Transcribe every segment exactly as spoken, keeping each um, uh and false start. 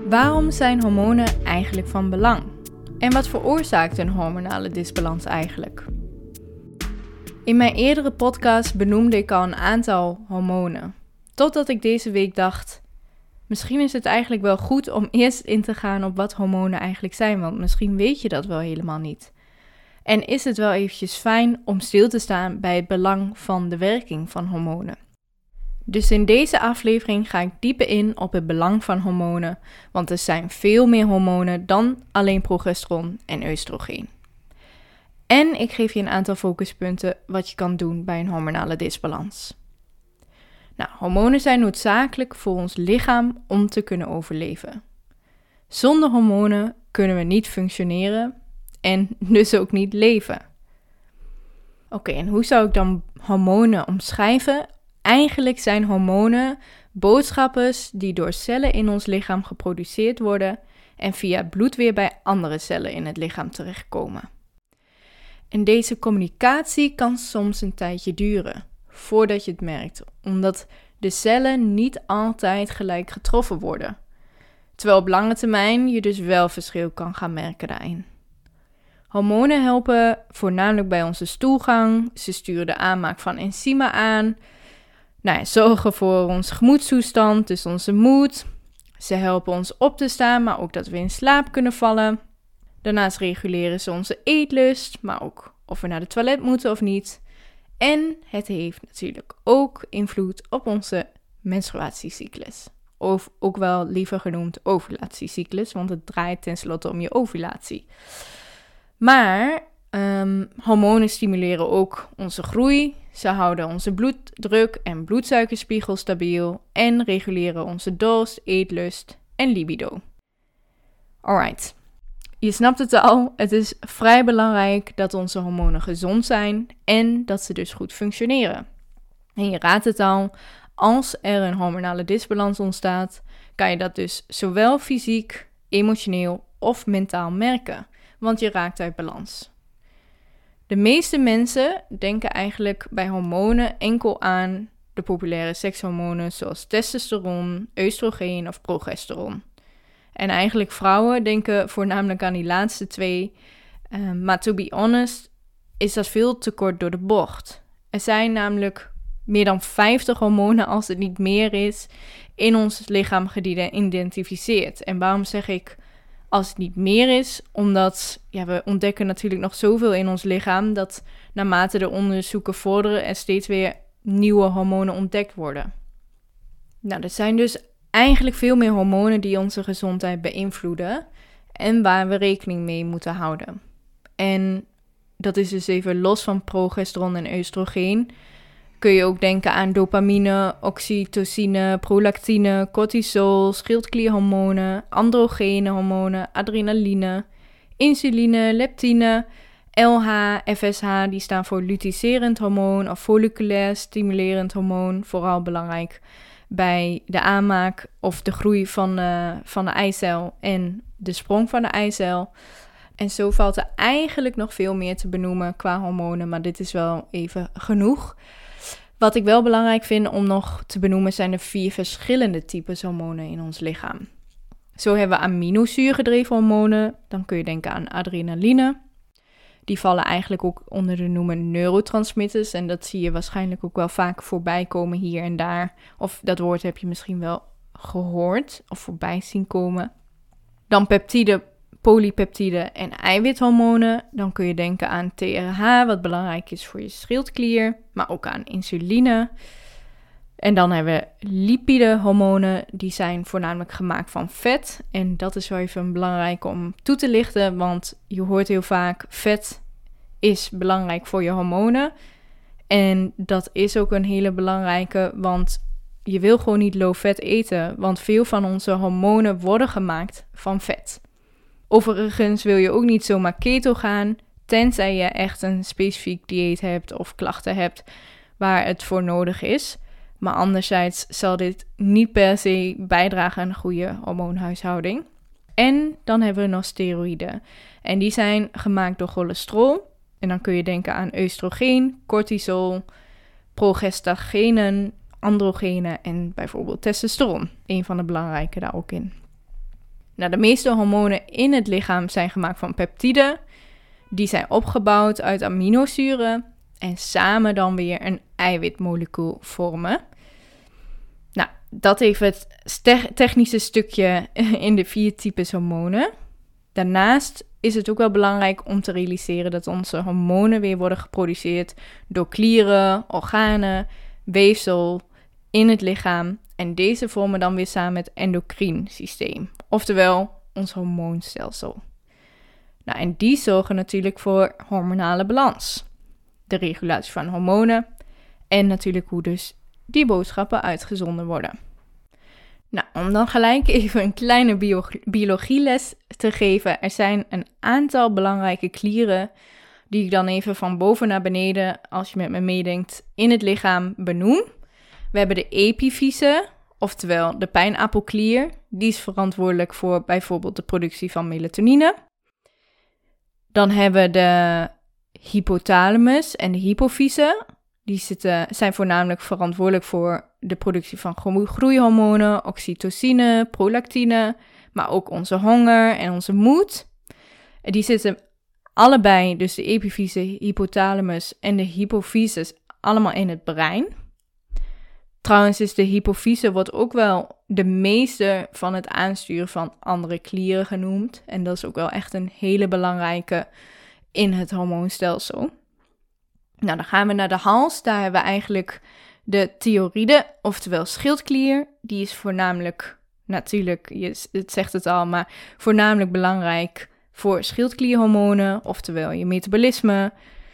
Waarom zijn hormonen eigenlijk van belang? En wat veroorzaakt een hormonale disbalans eigenlijk? In mijn eerdere podcast benoemde ik al een aantal hormonen. Totdat ik deze week dacht, misschien is het eigenlijk wel goed om eerst in te gaan op wat hormonen eigenlijk zijn, want misschien weet je dat wel helemaal niet. En is het wel eventjes fijn om stil te staan bij het belang van de werking van hormonen. Dus in deze aflevering ga ik dieper in op het belang van hormonen, want er zijn veel meer hormonen dan alleen progesteron en oestrogeen. En ik geef je een aantal focuspunten wat je kan doen bij een hormonale disbalans. Nou, hormonen zijn noodzakelijk voor ons lichaam om te kunnen overleven. Zonder hormonen kunnen we niet functioneren en dus ook niet leven. Oké, en hoe zou ik dan hormonen omschrijven? Eigenlijk zijn hormonen boodschappers die door cellen in ons lichaam geproduceerd worden en via het bloed weer bij andere cellen in het lichaam terechtkomen. En deze communicatie kan soms een tijdje duren, voordat je het merkt, omdat de cellen niet altijd gelijk getroffen worden. Terwijl op lange termijn je dus wel verschil kan gaan merken daarin. Hormonen helpen voornamelijk bij onze stoelgang, ze sturen de aanmaak van enzymen aan, nou ja, zorgen voor onze gemoedstoestand, dus onze moed. Ze helpen ons op te staan, maar ook dat we in slaap kunnen vallen. Daarnaast reguleren ze onze eetlust, maar ook of we naar de toilet moeten of niet. En het heeft natuurlijk ook invloed op onze menstruatiecyclus. Of ook wel liever genoemd ovulatiecyclus, want het draait tenslotte om je ovulatie. Maar um, hormonen stimuleren ook onze groei. Ze houden onze bloeddruk en bloedsuikerspiegel stabiel en reguleren onze dorst, eetlust en libido. Alright, je snapt het al, het is vrij belangrijk dat onze hormonen gezond zijn en dat ze dus goed functioneren. En je raadt het al, als er een hormonale disbalans ontstaat, kan je dat dus zowel fysiek, emotioneel of mentaal merken, want je raakt uit balans. De meeste mensen denken eigenlijk bij hormonen enkel aan de populaire sekshormonen zoals testosteron, oestrogeen of progesteron. En eigenlijk vrouwen denken voornamelijk aan die laatste twee. Uh, maar to be honest is dat veel te kort door de bocht. Er zijn namelijk meer dan vijftig hormonen, als het niet meer is, in ons lichaam geïdentificeerd. En waarom zeg ik als het niet meer is? Omdat ja, we ontdekken natuurlijk nog zoveel in ons lichaam dat naarmate de onderzoeken vorderen er steeds weer nieuwe hormonen ontdekt worden. Nou, er zijn dus eigenlijk veel meer hormonen die onze gezondheid beïnvloeden en waar we rekening mee moeten houden. En dat is dus even los van progesteron en oestrogeen. Kun je ook denken aan dopamine, oxytocine, prolactine, cortisol, schildklierhormonen, androgene hormonen, adrenaline, insuline, leptine, L H, F S H, die staan voor lutecerend hormoon of folliculair stimulerend hormoon, vooral belangrijk bij de aanmaak of de groei van, uh, van de eicel en de sprong van de eicel. En zo valt er eigenlijk nog veel meer te benoemen qua hormonen, maar dit is wel even genoeg. Wat ik wel belangrijk vind om nog te benoemen zijn de vier verschillende types hormonen in ons lichaam. Zo hebben we aminozuurgedreven hormonen, dan kun je denken aan adrenaline. Die vallen eigenlijk ook onder de noemer neurotransmitters en dat zie je waarschijnlijk ook wel vaak voorbij komen hier en daar. Of dat woord heb je misschien wel gehoord of voorbij zien komen. Dan peptiden, polypeptiden en eiwithormonen. Dan kun je denken aan T R H, wat belangrijk is voor je schildklier, maar ook aan insuline. En dan hebben we lipidehormonen, die zijn voornamelijk gemaakt van vet. En dat is wel even belangrijk om toe te lichten, want je hoort heel vaak vet is belangrijk voor je hormonen. En dat is ook een hele belangrijke, want je wil gewoon niet low fat eten, want veel van onze hormonen worden gemaakt van vet. Overigens wil je ook niet zomaar keto gaan, tenzij je echt een specifiek dieet hebt of klachten hebt waar het voor nodig is. Maar anderzijds zal dit niet per se bijdragen aan een goede hormoonhuishouding. En dan hebben we nog steroïden. En die zijn gemaakt door cholesterol. En dan kun je denken aan oestrogeen, cortisol, progestagenen, androgenen en bijvoorbeeld testosteron. Een van de belangrijke daar ook in. Nou, de meeste hormonen in het lichaam zijn gemaakt van peptiden. Die zijn opgebouwd uit aminozuren en samen dan weer een eiwitmolecuul vormen. Nou, dat even het te- technische stukje in de vier types hormonen. Daarnaast is het ook wel belangrijk om te realiseren dat onze hormonen weer worden geproduceerd door klieren, organen, weefsel in het lichaam. En deze vormen dan weer samen het endocrine systeem, oftewel ons hormoonstelsel. Nou, en die zorgen natuurlijk voor hormonale balans, de regulatie van hormonen en natuurlijk hoe dus die boodschappen uitgezonden worden. Nou, om dan gelijk even een kleine bio- biologieles te geven. Er zijn een aantal belangrijke klieren die ik dan even van boven naar beneden, als je met me meedenkt, in het lichaam benoem. We hebben de epifyse, oftewel de pijnappelklier. Die is verantwoordelijk voor bijvoorbeeld de productie van melatonine. Dan hebben we de hypothalamus en de hypofyse. Die zitten, zijn voornamelijk verantwoordelijk voor de productie van groeihormonen, oxytocine, prolactine, maar ook onze honger en onze moed. En die zitten allebei, dus de epifyse, hypothalamus en de hypofyse, allemaal in het brein. Trouwens is de hypofyse wordt ook wel de meester van het aansturen van andere klieren genoemd. En dat is ook wel echt een hele belangrijke in het hormoonstelsel. Nou, dan gaan we naar de hals. Daar hebben we eigenlijk de thyroïde, oftewel schildklier. Die is voornamelijk, natuurlijk, het zegt het al, maar voornamelijk belangrijk voor schildklierhormonen, oftewel je metabolisme.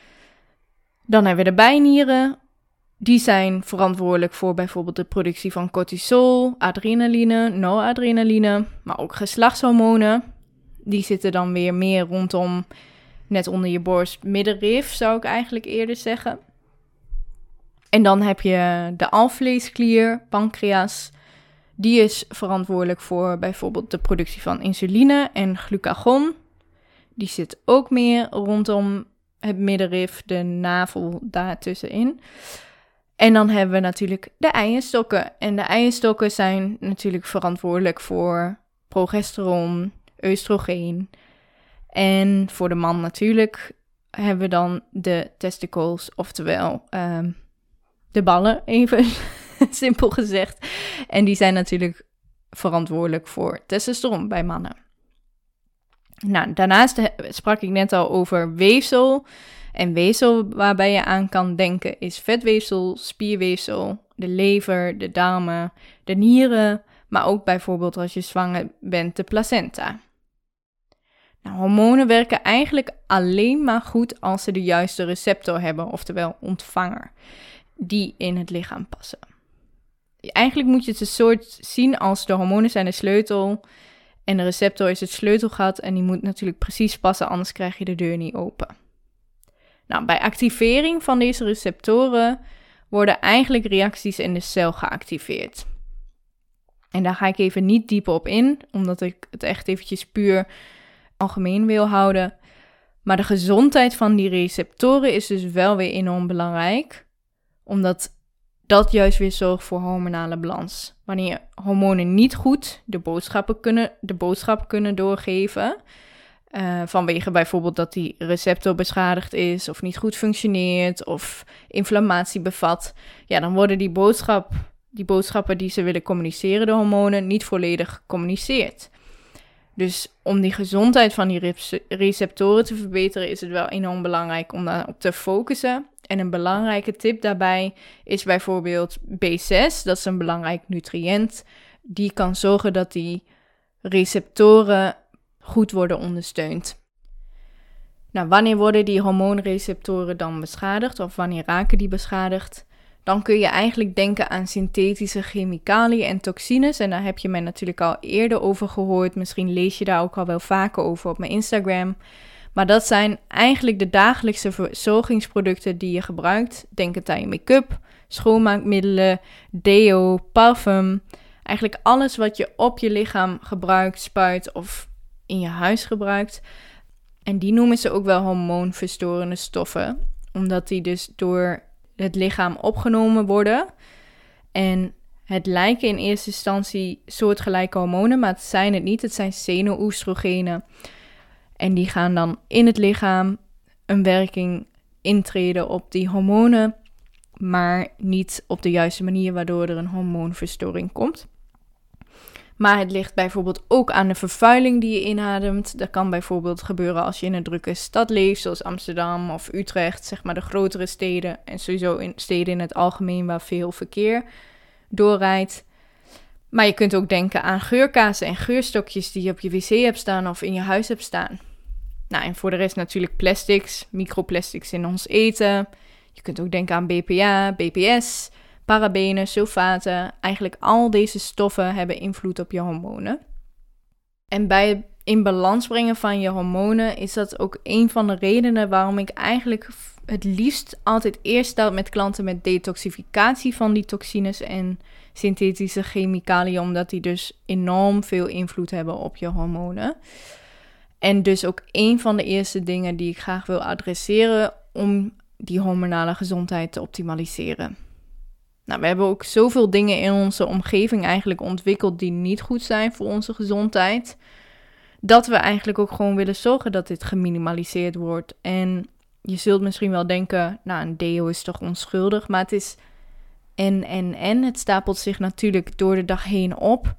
Dan hebben we de bijnieren. Die zijn verantwoordelijk voor bijvoorbeeld de productie van cortisol, adrenaline, noradrenaline, maar ook geslachtshormonen. Die zitten dan weer meer rondom, net onder je borst, middenrif, zou ik eigenlijk eerder zeggen. En dan heb je de alvleesklier, pancreas. Die is verantwoordelijk voor bijvoorbeeld de productie van insuline en glucagon. Die zit ook meer rondom het middenrif, de navel daartussenin. En dan hebben we natuurlijk de eierstokken. En de eierstokken zijn natuurlijk verantwoordelijk voor progesteron, oestrogeen. En voor de man natuurlijk hebben we dan de testicles, oftewel um, de ballen, even simpel gezegd. En die zijn natuurlijk verantwoordelijk voor testosteron bij mannen. Nou, daarnaast sprak ik net al over weefsel. En weefsel waarbij je aan kan denken is vetweefsel, spierweefsel, de lever, de darmen, de nieren, maar ook bijvoorbeeld als je zwanger bent, de placenta. Nou, hormonen werken eigenlijk alleen maar goed als ze de juiste receptor hebben, oftewel ontvanger, die in het lichaam passen. Eigenlijk moet je het een soort zien als de hormonen zijn de sleutel en de receptor is het sleutelgat en die moet natuurlijk precies passen, anders krijg je de deur niet open. Nou, bij activering van deze receptoren worden eigenlijk reacties in de cel geactiveerd. En daar ga ik even niet dieper op in, omdat ik het echt eventjes puur algemeen wil houden. Maar de gezondheid van die receptoren is dus wel weer enorm belangrijk, omdat dat juist weer zorgt voor hormonale balans. Wanneer hormonen niet goed de boodschappen kunnen, de boodschap kunnen doorgeven, Uh, vanwege bijvoorbeeld dat die receptor beschadigd is of niet goed functioneert of inflammatie bevat, ja, dan worden die, boodschap, die boodschappen die ze willen communiceren, de hormonen, niet volledig gecommuniceerd. Dus om die gezondheid van die receptoren te verbeteren is het wel enorm belangrijk om daarop te focussen. En een belangrijke tip daarbij is bijvoorbeeld B zes, dat is een belangrijk nutriënt. Die kan zorgen dat die receptoren goed worden ondersteund. Nou, wanneer worden die hormoonreceptoren dan beschadigd of wanneer raken die beschadigd? Dan kun je eigenlijk denken aan synthetische chemicaliën en toxines. En daar heb je mij natuurlijk al eerder over gehoord. Misschien lees je daar ook al wel vaker over op mijn Instagram. Maar dat zijn eigenlijk de dagelijkse verzorgingsproducten die je gebruikt. Denk het aan je make-up, schoonmaakmiddelen, deo, parfum. Eigenlijk alles wat je op je lichaam gebruikt, spuit of in je huis gebruikt. En die noemen ze ook wel hormoonverstorende stoffen. Omdat die dus door het lichaam opgenomen worden. En Het lijken in eerste instantie soortgelijke hormonen, maar het zijn het niet. Het zijn seno-oestrogenen. En die gaan dan in het lichaam een werking intreden op die hormonen, maar niet op de juiste manier, waardoor er een hormoonverstoring komt. Maar het ligt bijvoorbeeld ook aan de vervuiling die je inademt. Dat kan bijvoorbeeld gebeuren als je in een drukke stad leeft, zoals Amsterdam of Utrecht, zeg maar de grotere steden. En sowieso in steden in het algemeen waar veel verkeer doorrijdt. Maar je kunt ook denken aan geurkazen en geurstokjes die je op je wc hebt staan of in je huis hebt staan. Nou, en voor de rest natuurlijk plastics, microplastics in ons eten. Je kunt ook denken aan B P A, B P S, parabenen, sulfaten. Eigenlijk al deze stoffen hebben invloed op je hormonen. En bij het in balans brengen van je hormonen is dat ook een van de redenen waarom ik eigenlijk het liefst altijd eerst start met klanten met detoxificatie van die toxines en synthetische chemicaliën, omdat die dus enorm veel invloed hebben op je hormonen. En dus ook een van de eerste dingen die ik graag wil adresseren om die hormonale gezondheid te optimaliseren. Nou, we hebben ook zoveel dingen in onze omgeving eigenlijk ontwikkeld die niet goed zijn voor onze gezondheid, dat we eigenlijk ook gewoon willen zorgen dat dit geminimaliseerd wordt. En je zult misschien wel denken, nou, een deo is toch onschuldig, maar het is en, en, en. Het stapelt zich natuurlijk door de dag heen op.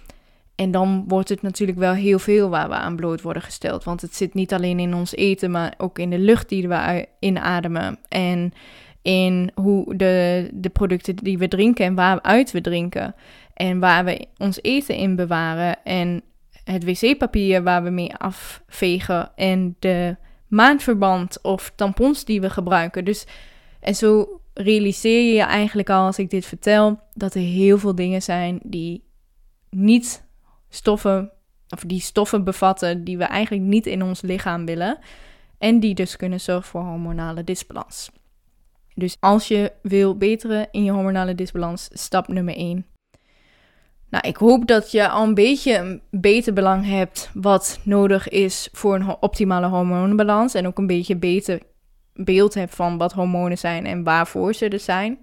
En dan wordt het natuurlijk wel heel veel waar we aan bloot worden gesteld. Want het zit niet alleen in ons eten, maar ook in de lucht die we inademen. En in hoe de, de producten die we drinken en waaruit we drinken. En waar we ons eten in bewaren. En het wc-papier waar we mee afvegen. En de maandverband of tampons die we gebruiken. Dus, en zo realiseer je je eigenlijk al als ik dit vertel, dat er heel veel dingen zijn die niet stoffen, of die stoffen bevatten die we eigenlijk niet in ons lichaam willen. En die dus kunnen zorgen voor hormonale disbalans. Dus als je wil beteren in je hormonale disbalans, stap nummer één. Nou, ik hoop dat je al een beetje een beter belang hebt wat nodig is voor een optimale hormoonbalans. En ook een beetje beter beeld hebt van wat hormonen zijn en waarvoor ze er zijn.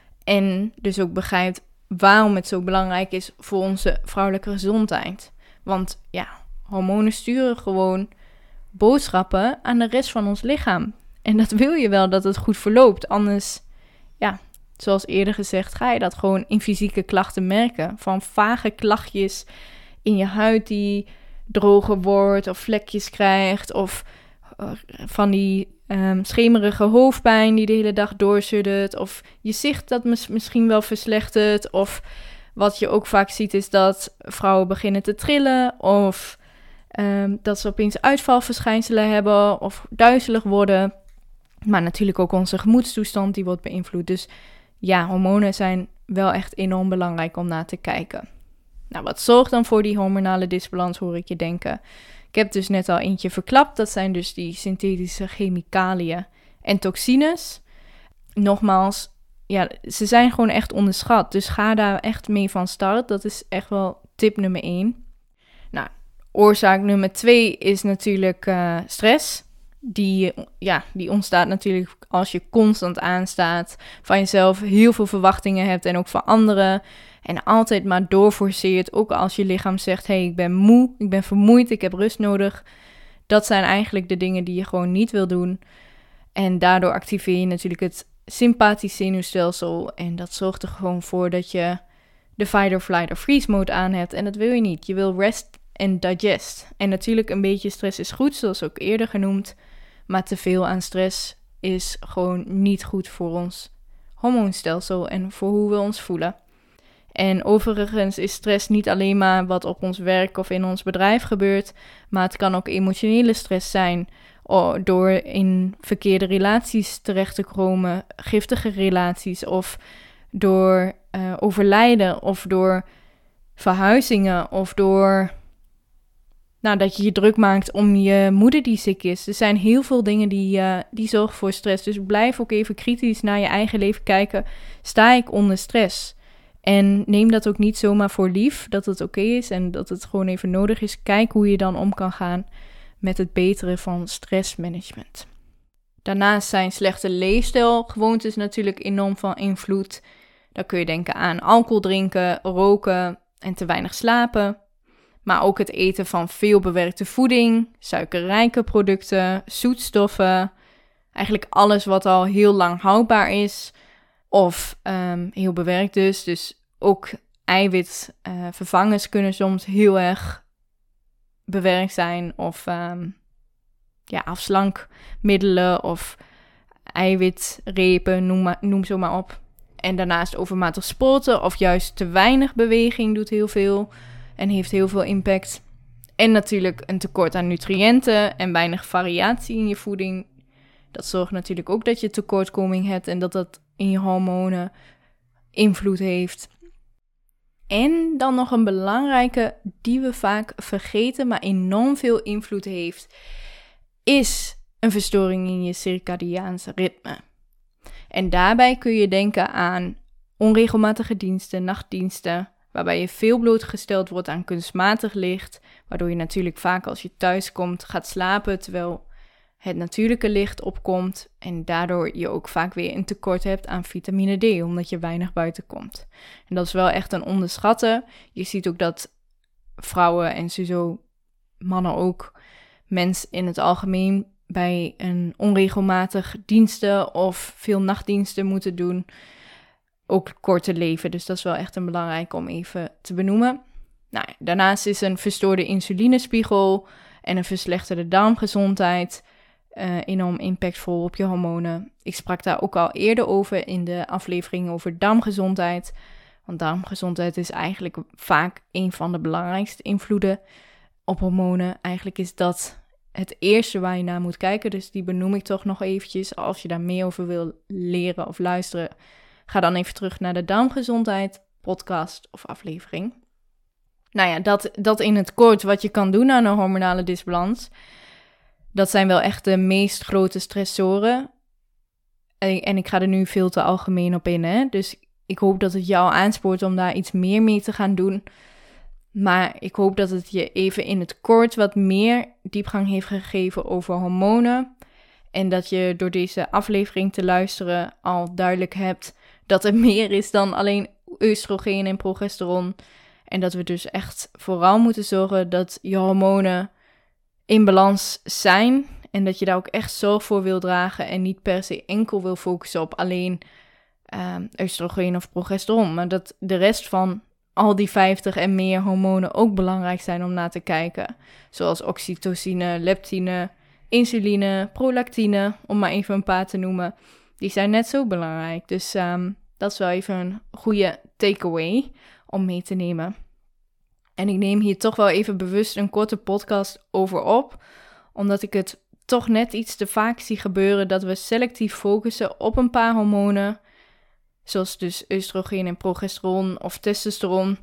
En dus ook begrijpt waarom het zo belangrijk is voor onze vrouwelijke gezondheid. Want ja, hormonen sturen gewoon boodschappen aan de rest van ons lichaam. En dat wil je wel, dat het goed verloopt. Anders, ja, zoals eerder gezegd, ga je dat gewoon in fysieke klachten merken. Van vage klachtjes in je huid die droger wordt of vlekjes krijgt. Of uh, van die um, schemerige hoofdpijn die de hele dag doorsuddert. Of je zicht dat mis- misschien wel verslechtert. Of wat je ook vaak ziet is dat vrouwen beginnen te trillen. Of um, dat ze opeens uitvalverschijnselen hebben of duizelig worden. Maar natuurlijk ook onze gemoedstoestand die wordt beïnvloed. Dus ja, hormonen zijn wel echt enorm belangrijk om naar te kijken. Nou, wat zorgt dan voor die hormonale disbalans, hoor ik je denken. Ik heb dus net al eentje verklapt. Dat zijn dus die synthetische chemicaliën en toxines. Nogmaals, ja, ze zijn gewoon echt onderschat. Dus ga daar echt mee van start. Dat is echt wel tip nummer één. Nou, oorzaak nummer twee is natuurlijk uh, stress. Die, ja, die ontstaat natuurlijk als je constant aanstaat, van jezelf heel veel verwachtingen hebt en ook van anderen. En altijd maar doorforceert, ook als je lichaam zegt, hé, hey, ik ben moe, ik ben vermoeid, ik heb rust nodig. Dat zijn eigenlijk de dingen die je gewoon niet wil doen. En daardoor activeer je natuurlijk het sympathisch zenuwstelsel. En dat zorgt er gewoon voor dat je de fight or flight or freeze mode aan hebt. En dat wil je niet. Je wil rest en digest. En natuurlijk een beetje stress is goed, zoals ook eerder genoemd. Maar te veel aan stress is gewoon niet goed voor ons hormoonstelsel en voor hoe we ons voelen. En overigens is stress niet alleen maar wat op ons werk of in ons bedrijf gebeurt, maar het kan ook emotionele stress zijn door in verkeerde relaties terecht te komen, giftige relaties of door uh, overlijden of door verhuizingen of door nou, dat je je druk maakt om je moeder die ziek is. Er zijn heel veel dingen die, uh, die zorgen voor stress. Dus blijf ook even kritisch naar je eigen leven kijken. Sta ik onder stress? En neem dat ook niet zomaar voor lief, dat het oké is en dat het gewoon even nodig is. Kijk hoe je dan om kan gaan met het beteren van stressmanagement. Daarnaast zijn slechte leefstijlgewoontes natuurlijk enorm van invloed. Dan kun je denken aan alcohol drinken, roken en te weinig slapen. Maar ook het eten van veel bewerkte voeding, suikerrijke producten, zoetstoffen. Eigenlijk alles wat al heel lang houdbaar is of um, heel bewerkt dus. Dus ook eiwitvervangers uh, kunnen soms heel erg bewerkt zijn. Of um, ja, afslankmiddelen of eiwitrepen, noem, maar, noem zo maar op. En daarnaast overmatig sporten of juist te weinig beweging doet heel veel en heeft heel veel impact. En natuurlijk een tekort aan nutriënten en weinig variatie in je voeding. Dat zorgt natuurlijk ook dat je tekortkoming hebt en dat dat in je hormonen invloed heeft. En dan nog een belangrijke die we vaak vergeten, maar enorm veel invloed heeft, is een verstoring in je circadiaanse ritme. En daarbij kun je denken aan onregelmatige diensten, nachtdiensten, waarbij je veel blootgesteld wordt aan kunstmatig licht, waardoor je natuurlijk vaak als je thuis komt gaat slapen terwijl het natuurlijke licht opkomt en daardoor je ook vaak weer een tekort hebt aan vitamine D, omdat je weinig buiten komt. En dat is wel echt een onderschatten. Je ziet ook dat vrouwen en sowieso mannen ook, mensen in het algemeen, bij een onregelmatig diensten of veel nachtdiensten moeten doen, ook korter leven. Dus dat is wel echt een belangrijke om even te benoemen. Nou, daarnaast is een verstoorde insulinespiegel en een verslechterde darmgezondheid uh, enorm impactvol op je hormonen. Ik sprak daar ook al eerder over in de aflevering over darmgezondheid. Want darmgezondheid is eigenlijk vaak een van de belangrijkste invloeden op hormonen. Eigenlijk is dat het eerste waar je naar moet kijken. Dus die benoem ik toch nog eventjes. Als je daar meer over wil leren of luisteren, ga dan even terug naar de darmgezondheid podcast of aflevering. Nou ja, dat, dat in het kort wat je kan doen aan een hormonale disbalans. Dat zijn wel echt de meest grote stressoren. En, en ik ga er nu veel te algemeen op in, hè. Dus ik hoop dat het jou aanspoort om daar iets meer mee te gaan doen. Maar ik hoop dat het je even in het kort wat meer diepgang heeft gegeven over hormonen. En dat je door deze aflevering te luisteren al duidelijk hebt dat er meer is dan alleen oestrogeen en progesteron. En dat we dus echt vooral moeten zorgen dat je hormonen in balans zijn. En dat je daar ook echt zorg voor wil dragen en niet per se enkel wil focussen op alleen uh, oestrogeen of progesteron. Maar dat de rest van al die vijftig en meer hormonen ook belangrijk zijn om naar te kijken. Zoals oxytocine, leptine, insuline, prolactine, om maar even een paar te noemen. Die zijn net zo belangrijk. Dus um, dat is wel even een goede takeaway om mee te nemen. En ik neem hier toch wel even bewust een korte podcast over op, omdat ik het toch net iets te vaak zie gebeuren dat we selectief focussen op een paar hormonen, zoals dus oestrogeen en progesteron of testosteron.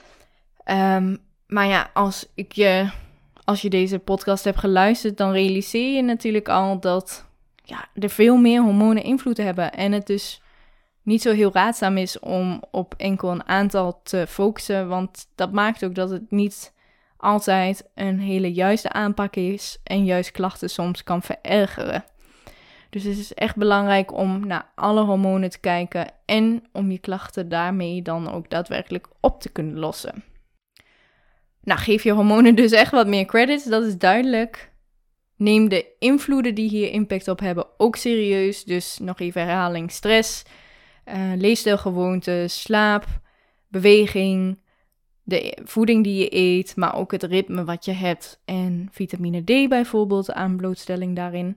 Um, maar ja, als, ik je, als je deze podcast hebt geluisterd, dan realiseer je natuurlijk al dat ja, er veel meer hormonen invloed hebben. En het dus niet zo heel raadzaam is om op enkel een aantal te focussen. Want dat maakt ook dat het niet altijd een hele juiste aanpak is en juist klachten soms kan verergeren. Dus het is echt belangrijk om naar alle hormonen te kijken en om je klachten daarmee dan ook daadwerkelijk op te kunnen lossen. Nou, geef je hormonen dus echt wat meer credits, dat is duidelijk. Neem de invloeden die hier impact op hebben ook serieus. Dus nog even herhaling: stress, uh, leefstijlgewoontes, slaap, beweging, de voeding die je eet, maar ook het ritme wat je hebt en vitamine D bijvoorbeeld, aan blootstelling daarin.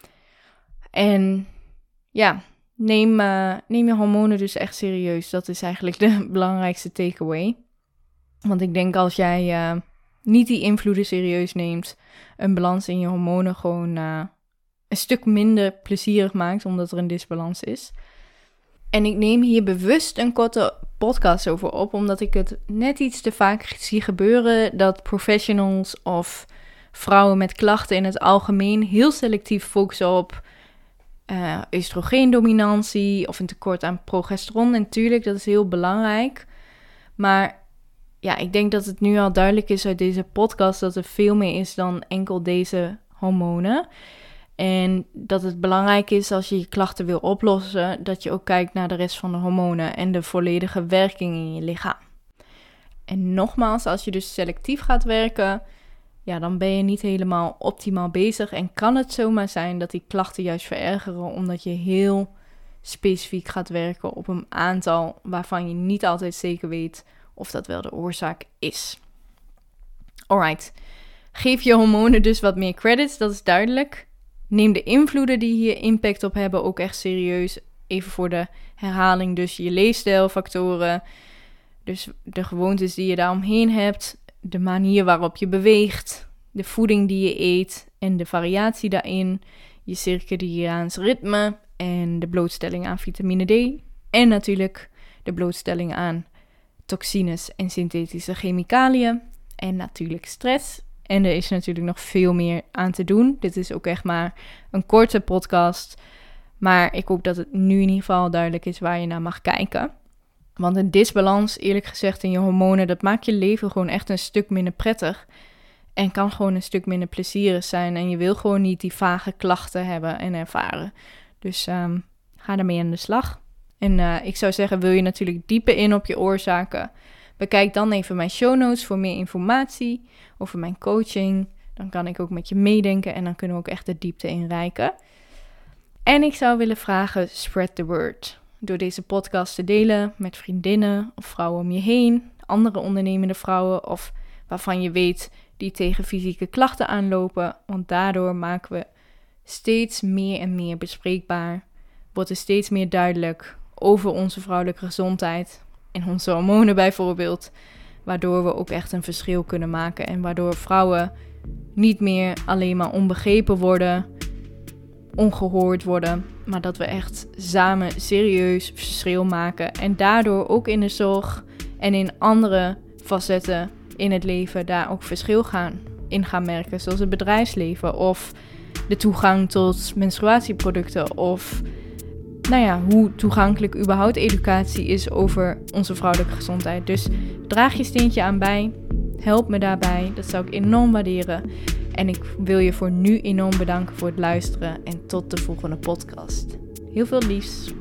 En ja, neem, uh, neem je hormonen dus echt serieus. Dat is eigenlijk de belangrijkste takeaway. Want ik denk als jij uh, niet die invloeden serieus neemt, een balans in je hormonen gewoon uh, een stuk minder plezierig maakt, omdat er een disbalans is. En ik neem hier bewust een korte podcast over op, omdat ik het net iets te vaak zie gebeuren dat professionals of vrouwen met klachten in het algemeen heel selectief focussen op Uh, oestrogeendominantie of een tekort aan progesteron. En natuurlijk, dat is heel belangrijk. Maar ja, ik denk dat het nu al duidelijk is uit deze podcast dat er veel meer is dan enkel deze hormonen. En dat het belangrijk is als je je klachten wil oplossen, dat je ook kijkt naar de rest van de hormonen en de volledige werking in je lichaam. En nogmaals, als je dus selectief gaat werken, ja, dan ben je niet helemaal optimaal bezig. En kan het zomaar zijn dat die klachten juist verergeren, omdat je heel specifiek gaat werken op een aantal waarvan je niet altijd zeker weet of dat wel de oorzaak is. Alright, geef je hormonen dus wat meer credits, dat is duidelijk. Neem de invloeden die hier impact op hebben ook echt serieus. Even voor de herhaling, dus je leefstijlfactoren, dus de gewoontes die je daaromheen hebt, de manier waarop je beweegt, de voeding die je eet en de variatie daarin, je circadiaans ritme en de blootstelling aan vitamine D en natuurlijk de blootstelling aan toxines en synthetische chemicaliën en natuurlijk stress. En er is natuurlijk nog veel meer aan te doen. Dit is ook echt maar een korte podcast, maar ik hoop dat het nu in ieder geval duidelijk is waar je naar mag kijken. Want een disbalans, eerlijk gezegd, in je hormonen, dat maakt je leven gewoon echt een stuk minder prettig. En kan gewoon een stuk minder plezierig zijn. En je wil gewoon niet die vage klachten hebben en ervaren. Dus um, ga ermee aan de slag. En uh, ik zou zeggen, wil je natuurlijk dieper in op je oorzaken, bekijk dan even mijn show notes voor meer informatie over mijn coaching. Dan kan ik ook met je meedenken en dan kunnen we ook echt de diepte inreiken. En ik zou willen vragen, spread the word. Door deze podcast te delen met vriendinnen of vrouwen om je heen, andere ondernemende vrouwen of waarvan je weet die tegen fysieke klachten aanlopen. Want daardoor maken we steeds meer en meer bespreekbaar. Wordt er steeds meer duidelijk over onze vrouwelijke gezondheid en onze hormonen bijvoorbeeld. Waardoor we ook echt een verschil kunnen maken en waardoor vrouwen niet meer alleen maar onbegrepen worden, ongehoord worden, maar dat we echt samen serieus verschil maken en daardoor ook in de zorg en in andere facetten in het leven daar ook verschil gaan in gaan merken, zoals het bedrijfsleven of de toegang tot menstruatieproducten of nou ja, hoe toegankelijk überhaupt educatie is over onze vrouwelijke gezondheid. Dus draag je steentje aan bij, help me daarbij, dat zou ik enorm waarderen. En ik wil je voor nu enorm bedanken voor het luisteren en tot de volgende podcast. Heel veel liefs.